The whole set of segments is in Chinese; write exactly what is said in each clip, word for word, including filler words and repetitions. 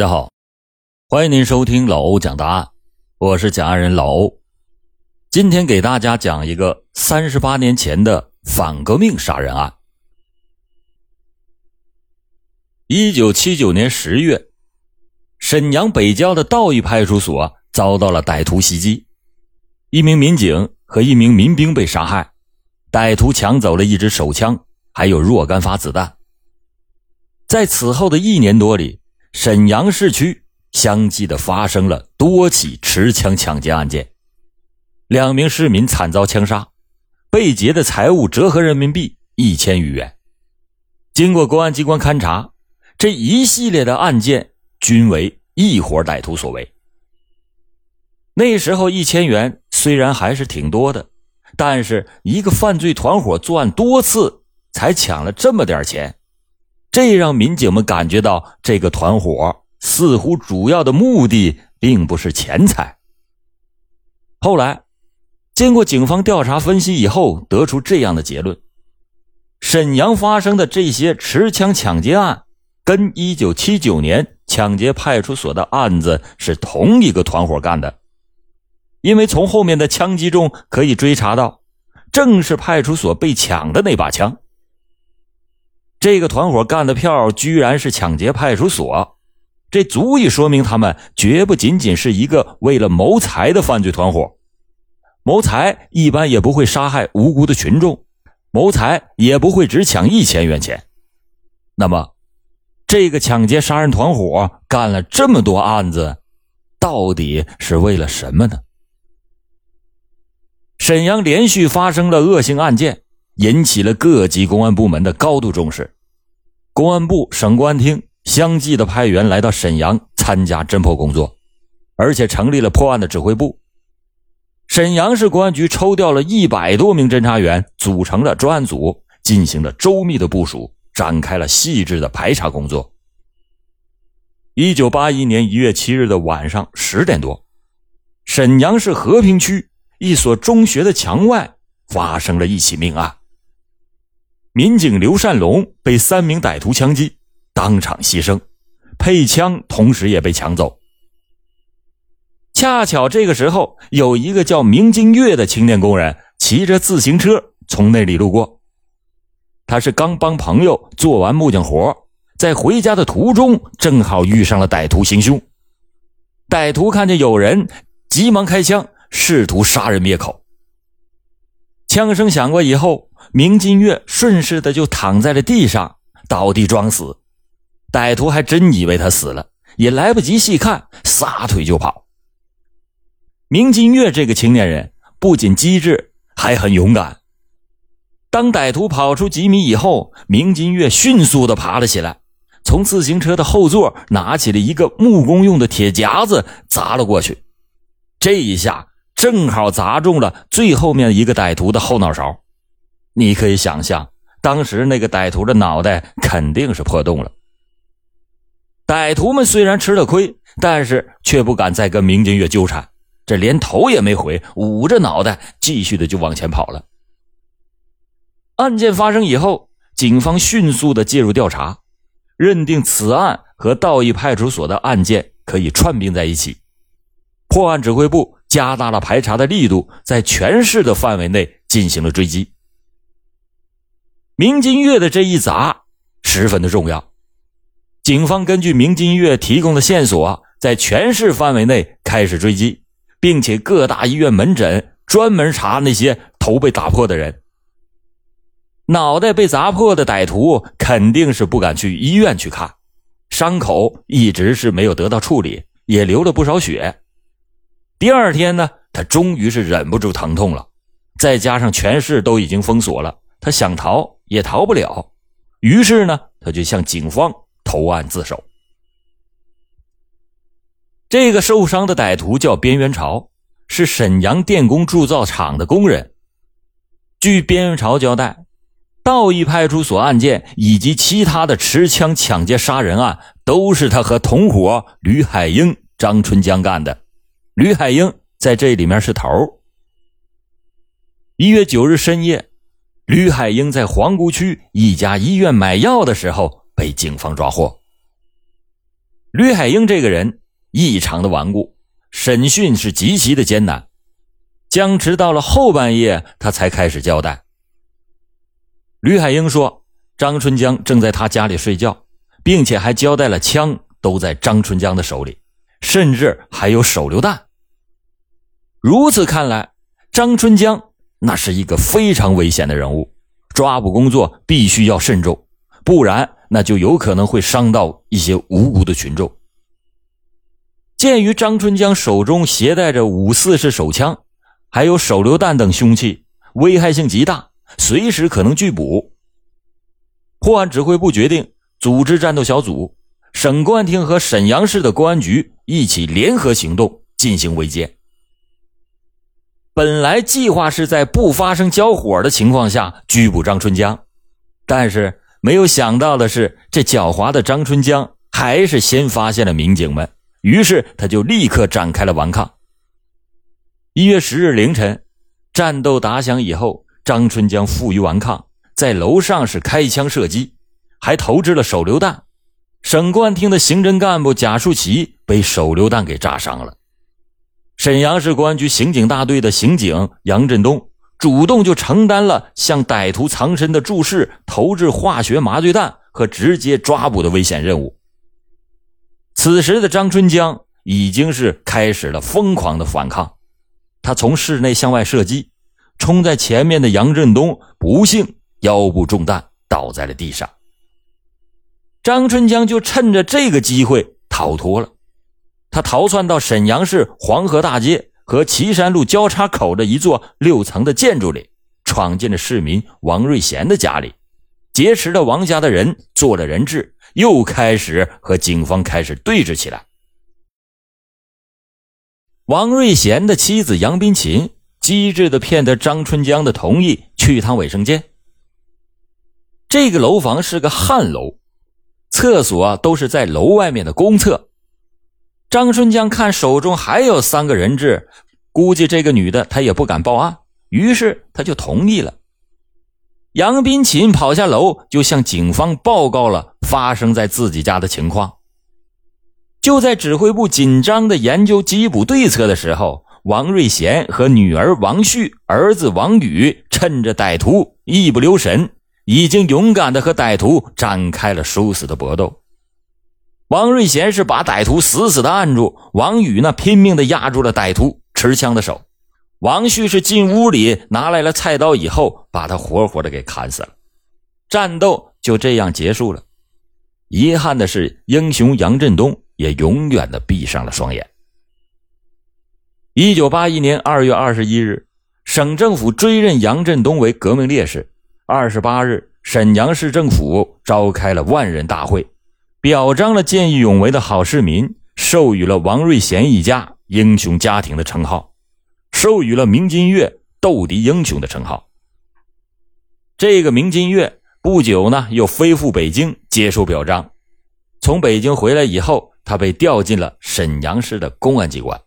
大家好，欢迎您收听老欧讲答案，我是讲案人老欧。今天给大家讲一个三十八年前的反革命杀人案。一九七九年十月，沈阳北郊的道义派出所遭到了歹徒袭击，一名民警和一名民兵被杀害，歹徒抢走了一支手枪，还有若干发子弹。在此后的一年多里，沈阳市区相继的发生了多起持枪抢劫案件，两名市民惨遭枪杀，被劫的财物折合人民币一千余元。经过公安机关勘查，这一系列的案件均为一伙歹徒所为。那时候一千元虽然还是挺多的，但是一个犯罪团伙作案多次才抢了这么点钱，这让民警们感觉到这个团伙似乎主要的目的并不是钱财。后来经过警方调查分析以后，得出这样的结论：沈阳发生的这些持枪抢劫案跟一九七九年抢劫派出所的案子是同一个团伙干的，因为从后面的枪击中可以追查到，正是派出所被抢的那把枪。这个团伙干的票居然是抢劫派出所，这足以说明他们绝不仅仅是一个为了谋财的犯罪团伙。谋财一般也不会杀害无辜的群众，谋财也不会只抢一千元钱。那么这个抢劫杀人团伙干了这么多案子，到底是为了什么呢？沈阳连续发生了恶性案件，引起了各级公安部门的高度重视。公安部、省公安厅相继的派员来到沈阳参加侦破工作，而且成立了破案的指挥部。沈阳市公安局抽调了一百多名侦查员，组成了专案组，进行了周密的部署，展开了细致的排查工作。一九八一年一月七日的晚上十点多，沈阳市和平区一所中学的墙外发生了一起命案。民警刘善龙被三名歹徒枪击，当场牺牲，配枪同时也被抢走。恰巧这个时候，有一个叫明金月的青年工人骑着自行车从那里路过。他是刚帮朋友做完木匠活，在回家的途中正好遇上了歹徒行凶。歹徒看见有人，急忙开枪，试图杀人灭口。枪声响过以后，明金月顺势的就躺在了地上，倒地装死。歹徒还真以为他死了，也来不及细看，撒腿就跑。明金月这个青年人不仅机智，还很勇敢。当歹徒跑出几米以后，明金月迅速的爬了起来，从自行车的后座拿起了一个木工用的铁夹子砸了过去。这一下正好砸中了最后面一个歹徒的后脑勺。你可以想象，当时那个歹徒的脑袋肯定是破洞了。歹徒们虽然吃了亏，但是却不敢再跟明金月纠缠，这连头也没回，捂着脑袋继续的就往前跑了。案件发生以后，警方迅速的介入调查，认定此案和道义派出所的案件可以串并在一起。破案指挥部加大了排查的力度，在全市的范围内进行了追击。明金月的这一砸十分的重要，警方根据明金月提供的线索，在全市范围内开始追击，并且各大医院门诊专门查那些头被打破的人。脑袋被砸破的歹徒肯定是不敢去医院去看，伤口一直是没有得到处理，也流了不少血。第二天呢，他终于是忍不住疼痛了，再加上全市都已经封锁了，他想逃也逃不了，于是呢，他就向警方投案自首。这个受伤的歹徒叫边元朝，是沈阳电工铸造厂的工人。据边元朝交代，道义派出所案件以及其他的持枪抢劫杀人案都是他和同伙吕海英、张春江干的，吕海英在这里面是头。一月九日深夜，吕海英在皇姑区一家医院买药的时候被警方抓获。 吕海英这个人异常的顽固，审讯是极其的艰难，僵持到了后半夜他才开始交代。吕海英说张春江正在他家里睡觉，并且还交代了枪都在张春江的手里，甚至还有手榴弹。如此看来，张春江那是一个非常危险的人物，抓捕工作必须要慎重，不然那就有可能会伤到一些无辜的群众。鉴于张春江手中携带着五四式手枪，还有手榴弹等凶器，危害性极大，随时可能拒捕。破案指挥部决定组织战斗小组，省公安厅和沈阳市的公安局一起联合行动进行围歼。本来计划是在不发生交火的情况下拘捕张春江，但是没有想到的是，这狡猾的张春江还是先发现了民警们，于是他就立刻展开了顽抗。一月十日凌晨，战斗打响以后，张春江负隅顽抗，在楼上是开枪射击，还投掷了手榴弹。省公安厅的刑侦干部贾树奇被手榴弹给炸伤了。沈阳市公安局刑警大队的刑警杨振东主动就承担了向歹徒藏身的住室投掷化学麻醉弹和直接抓捕的危险任务。此时的张春江已经是开始了疯狂的反抗，他从室内向外射击，冲在前面的杨振东不幸腰部中弹倒在了地上。张春江就趁着这个机会逃脱了，他逃窜到沈阳市黄河大街和岐山路交叉口的一座六层的建筑里，闯进了市民王瑞贤的家里，劫持了王家的人，做了人质，又开始和警方开始对峙起来。王瑞贤的妻子杨斌琴机智地骗得张春江的同意去趟卫生间。这个楼房是个汉楼，厕所都是在楼外面的公厕。张春江看手中还有三个人质，估计这个女的他也不敢报案，于是他就同意了。杨斌琴跑下楼就向警方报告了发生在自己家的情况。就在指挥部紧张地研究缉捕对策的时候，王瑞贤和女儿王旭、儿子王宇趁着歹徒一不留神，已经勇敢地和歹徒展开了殊死的搏斗。王瑞贤是把歹徒死死地按住，王宇呢拼命地压住了歹徒持枪的手，王旭是进屋里拿来了菜刀以后把他活活地给砍死了。战斗就这样结束了。遗憾的是，英雄杨振东也永远地闭上了双眼。一九八一年二月二十一日，省政府追认杨振东为革命烈士。二十八日，沈阳市政府召开了万人大会，表彰了见义勇为的好市民，授予了王瑞贤一家英雄家庭的称号，授予了明金月斗敌英雄的称号。这个明金月不久呢又飞赴北京接受表彰。从北京回来以后，他被调进了沈阳市的公安机关。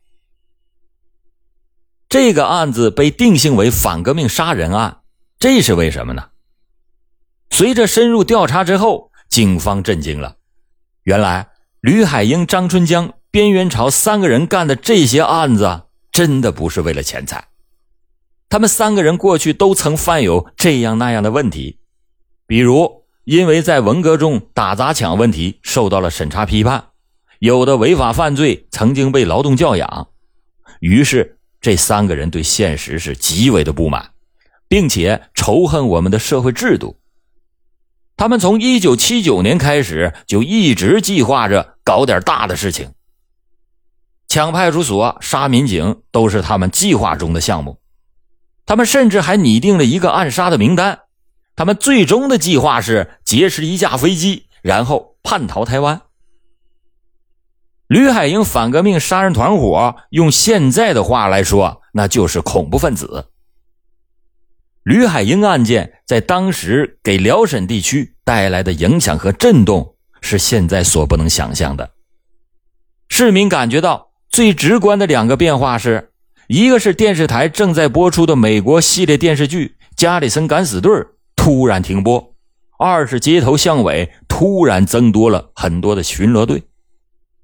这个案子被定性为反革命杀人案，这是为什么呢？随着深入调查之后，警方震惊了。原来吕海英、张春江、边元朝三个人干的这些案子真的不是为了钱财。他们三个人过去都曾犯有这样那样的问题，比如因为在文革中打砸抢问题受到了审查批判，有的违法犯罪曾经被劳动教养。于是这三个人对现实是极为的不满，并且仇恨我们的社会制度。他们从一九七九年开始就一直计划着搞点大的事情，抢派出所、杀民警都是他们计划中的项目。他们甚至还拟定了一个暗杀的名单，他们最终的计划是劫持一架飞机，然后叛逃台湾。吕海英反革命杀人团伙用现在的话来说，那就是恐怖分子。吕海英案件在当时给辽沈地区带来的影响和震动是现在所不能想象的。市民感觉到最直观的两个变化是，一个是电视台正在播出的美国系列电视剧《加里森敢死队》突然停播，二是街头巷尾突然增多了很多的巡逻队。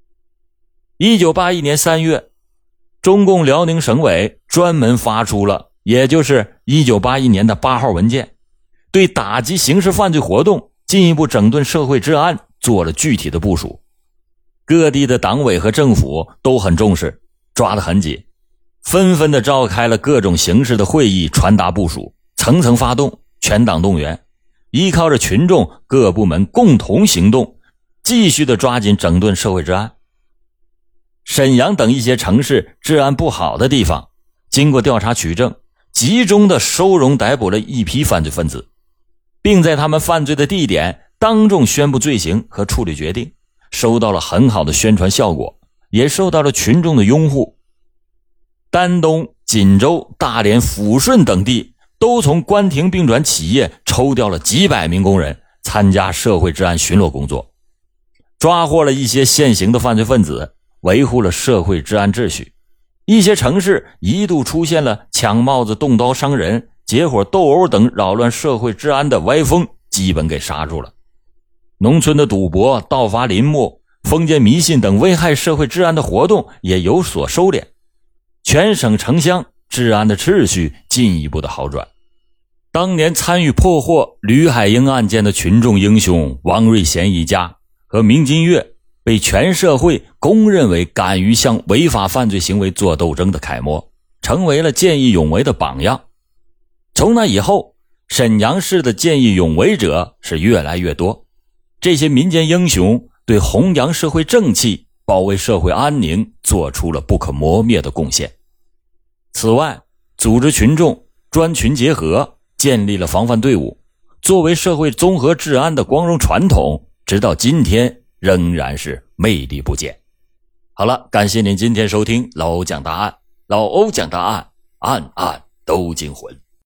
一九八一年三月，中共辽宁省委专门发出了，也就是一九八一年的八号文件，对打击刑事犯罪活动、进一步整顿社会治安做了具体的部署。各地的党委和政府都很重视，抓得很紧，纷纷的召开了各种形式的会议，传达部署，层层发动，全党动员，依靠着群众各部门共同行动，继续的抓紧整顿社会治安。沈阳等一些城市治安不好的地方，经过调查取证，集中的收容逮捕了一批犯罪分子，并在他们犯罪的地点当众宣布罪行和处理决定，收到了很好的宣传效果，也受到了群众的拥护。丹东、锦州、大连、抚顺等地都从关停并转企业抽调了几百名工人参加社会治安巡逻工作，抓获了一些现行的犯罪分子，维护了社会治安秩序。一些城市一度出现了抢帽子、动刀伤人、结伙斗殴等扰乱社会治安的歪风，基本给刹住了。农村的赌博、盗伐林木、封建迷信等危害社会治安的活动也有所收敛，全省城乡治安的秩序进一步的好转。当年参与破获吕海英案件的群众英雄王瑞贤一家和明金月，被全社会公认为敢于向违法犯罪行为做斗争的楷模，成为了见义勇为的榜样。从那以后，沈阳市的见义勇为者是越来越多，这些民间英雄对弘扬社会正气、保卫社会安宁做出了不可磨灭的贡献。此外，组织群众，专群结合，建立了防范队伍，作为社会综合治安的光荣传统，直到今天仍然是魅力不减。好了，感谢您今天收听老欧讲大案，老欧讲大案，案案都惊魂。